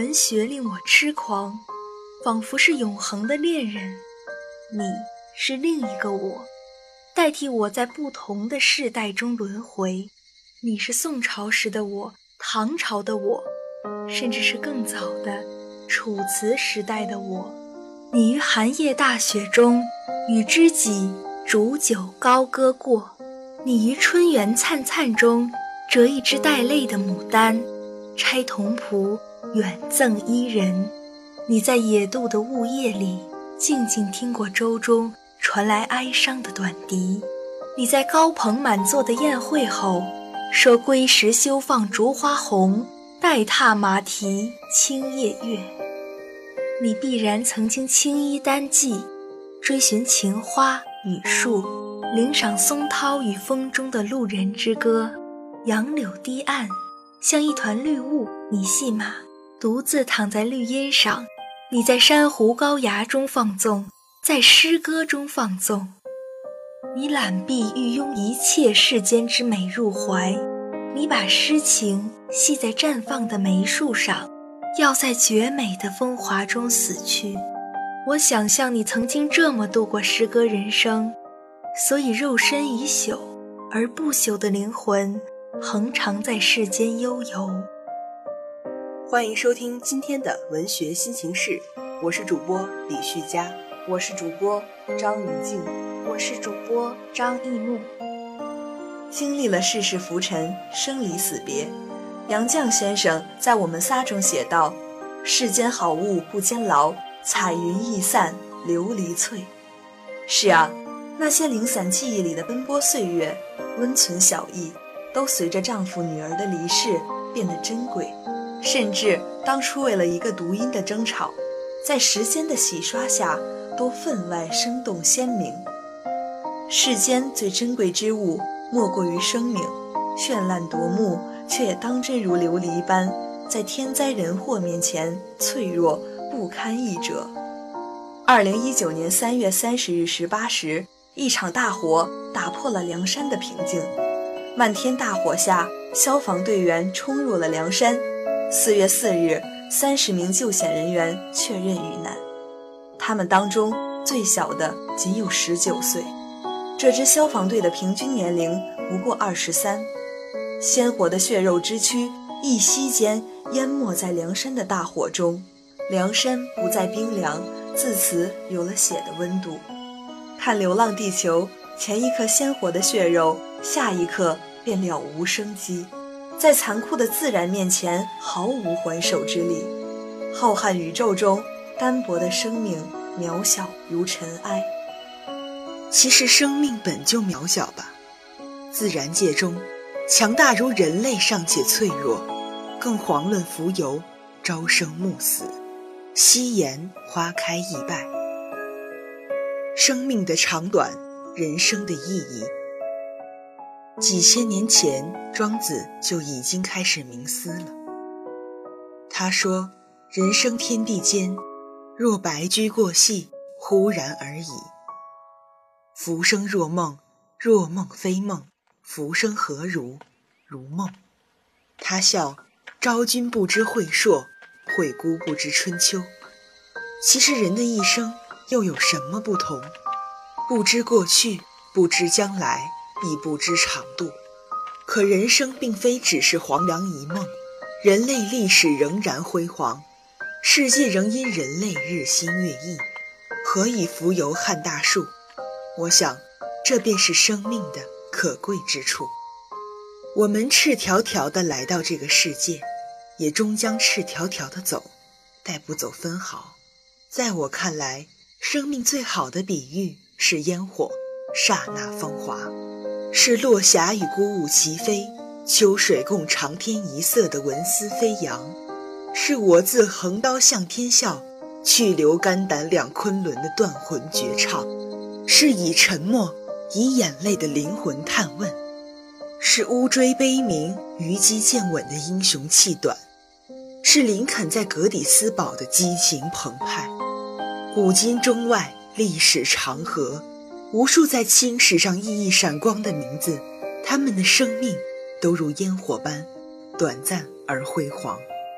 文学令我痴狂，仿佛是永恒的恋人。你是另一个我，代替我在不同的世代中轮回。你是宋朝时的我，唐朝的我，甚至是更早的楚辞时代的我。你于寒夜大雪中与知己煮酒高歌过，你于春园灿灿中折一枝带泪的牡丹，拆桐蒲远赠伊人。你在野渡的雾夜里静静听过舟中传来哀伤的短笛，你在高朋满座的宴会后说归时休放烛花红，待踏马蹄清夜月。你必然曾经青衣单骑，追寻晴花雨树，领赏松涛与风中的路人之歌。杨柳堤岸像一团绿雾，你系马独自躺在绿荫上。你在珊瑚高崖中放纵，在诗歌中放纵。你揽臂欲拥一切世间之美入怀，你把诗情系在绽放的梅树上，要在绝美的风华中死去。我想象你曾经这么度过诗歌人生，所以肉身已朽，而不朽的灵魂恒常在世间悠游。 欢迎收听今天的文学心情室，我是主播李旭佳， 我是主播张云静， 我是主播张艺木。 经历了世事浮沉，生离死别，杨绛先生在《我们仨》中写道：世间好物不坚牢，彩云易散琉璃脆。是啊，那些零散记忆里的奔波岁月，温存小意，都随着丈夫女儿的离世变得珍贵。甚至当初为了一个读音的争吵，在时间的洗刷下都分外生动鲜明。世间最珍贵之物莫过于生命，绚烂夺目，却也当真如琉璃般，在天灾人祸面前脆弱不堪一折。2019年3月30日18时，一场大火打破了凉山的平静。漫天大火下，消防队员冲入了凉山。4月4日，30名救险人员确认遇难，他们当中最小的仅有19岁。这支消防队的平均年龄不过23。鲜活的血肉之躯一息间淹没在凉山的大火中，凉山不再冰凉，自此有了血的温度。看《流浪地球》，前一刻鲜活的血肉，下一刻便了无生机，在残酷的自然面前毫无还手之力。浩瀚宇宙中，单薄的生命渺小如尘埃。 其实生命本就渺小吧，自然界中强大如人类尚且脆弱，更遑论蜉蝣，朝生暮死，夕颜花开易败。生命的长短，人生的意义，几千年前庄子就已经开始冥思了。他说，人生天地间，若白驹过隙，忽然而已。浮生若梦，若梦非梦，浮生何如？如梦。他笑，昭君不知晦朔，惠姑不知春秋。其实人的一生又有什么不同？不知过去，不知将来，亦不知长度。可人生并非只是黄粱一梦，人类历史仍然辉煌，世界仍因人类日新月异，何以蜉蝣撼大树？我想，这便是生命的可贵之处。我们赤条条地来到这个世界，也终将赤条条地走，带不走分毫。在我看来，生命最好的比喻是烟火，刹那风华，是落霞与孤鹜齐飞，秋水共长天一色的文思飞扬，是我自横刀向天笑，去留肝胆两昆仑的断魂绝唱，是以沉默以眼泪的灵魂探问，是乌骓悲鸣虞姬见吻的英雄气短，是林肯在格底斯堡的激情澎湃。古今中外，历史长河，无数在青史上熠熠闪光的名字，他们的生命都如烟火般短暂而辉煌。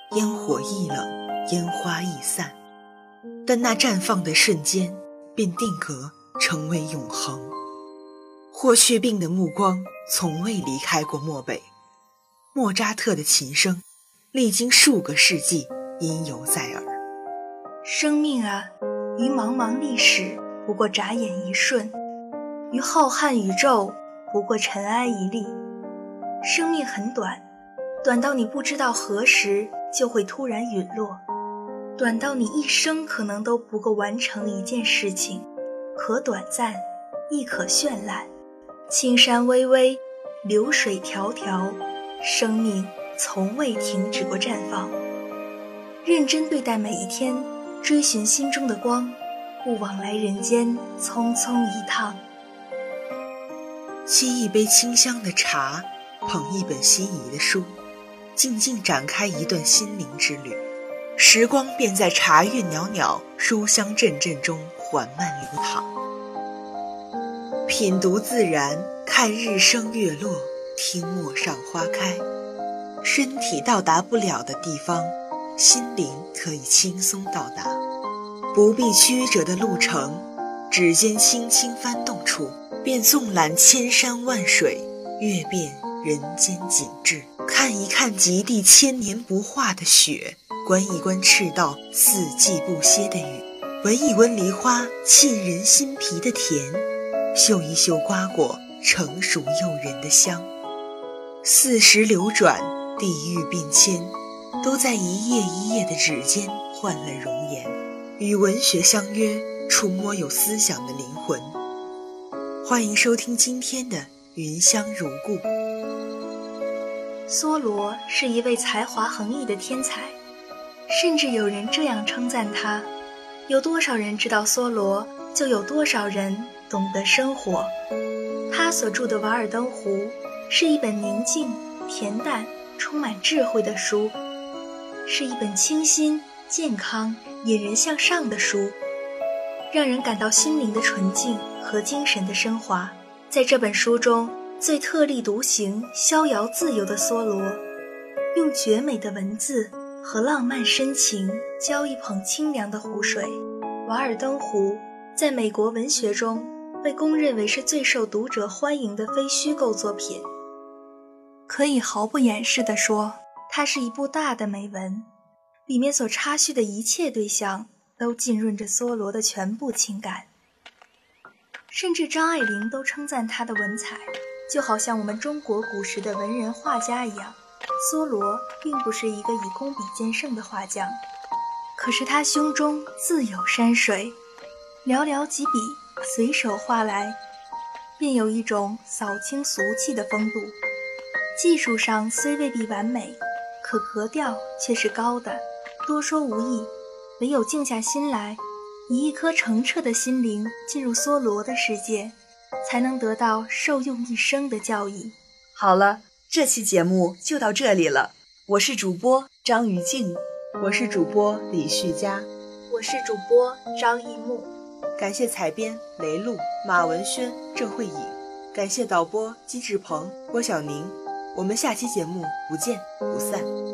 烟火易冷，烟花易散，但那绽放的瞬间便定格成为永恒。霍去病的目光从未离开过漠北，莫扎特的琴声历经数个世纪音犹在耳。 生命啊，于茫茫历史不过眨眼一瞬，于浩瀚宇宙不过尘埃一粒。生命很短，短到你不知道何时就会突然陨落，短到你一生可能都不够完成一件事情，可短暂亦可绚烂。青山巍巍，流水迢迢，生命从未停止过绽放。认真对待每一天，追寻心中的光，不枉来人间匆匆一趟。 沏一杯清香的茶，捧一本心仪的书，静静展开一段心灵之旅，时光便在茶韵袅袅，书香阵阵中缓慢流淌。品读自然，看日升月落，听陌上花开。身体到达不了的地方，心灵可以轻松到达。不必曲折的路程，指尖轻轻翻动处，便纵览千山万水，阅遍人间景致。看一看极地千年不化的雪，观一观赤道四季不歇的雨，闻一闻梨花沁人心脾的甜，嗅一嗅瓜果成熟诱人的香。四时流转，地域变迁，都在一页一页的纸间换了容颜。与文学相约，触摸有思想的灵魂。欢迎收听今天的云香如故。 梭罗是一位才华横溢的天才，甚至有人这样称赞他：有多少人知道梭罗，就有多少人懂得生活。他所著的《瓦尔登湖》是一本宁静、恬淡、充满智慧的书，是一本清新、健康、引人向上的书，让人感到心灵的纯净和精神的升华。在这本书中，最特立独行、逍遥自由的梭罗，用绝美的文字和浪漫深情浇一捧清凉的湖水。《瓦尔登湖》在美国文学中被公认为是最受读者欢迎的非虚构作品。可以毫不掩饰地说，它是一部大的美文，里面所插叙的一切对象都浸润着梭罗的全部情感。甚至张爱玲都称赞他的文采，就好像我们中国古时的文人画家一样，梭罗并不是一个以工笔见胜的画匠，可是他胸中自有山水，寥寥几笔随手画来，便有一种扫清俗气的风度。技术上虽未必完美，可格调却是高的。多说无益，唯有静下心来，以一颗澄澈的心灵进入梭罗的世界，才能得到受用一生的教益。 好了，这期节目就到这里了。我是主播张于静， 我是主播李旭佳， 我是主播张一木。 感谢采编雷露、马文轩、郑慧颖，感谢导播金志鹏、郭晓宁。我们下期节目不见不散。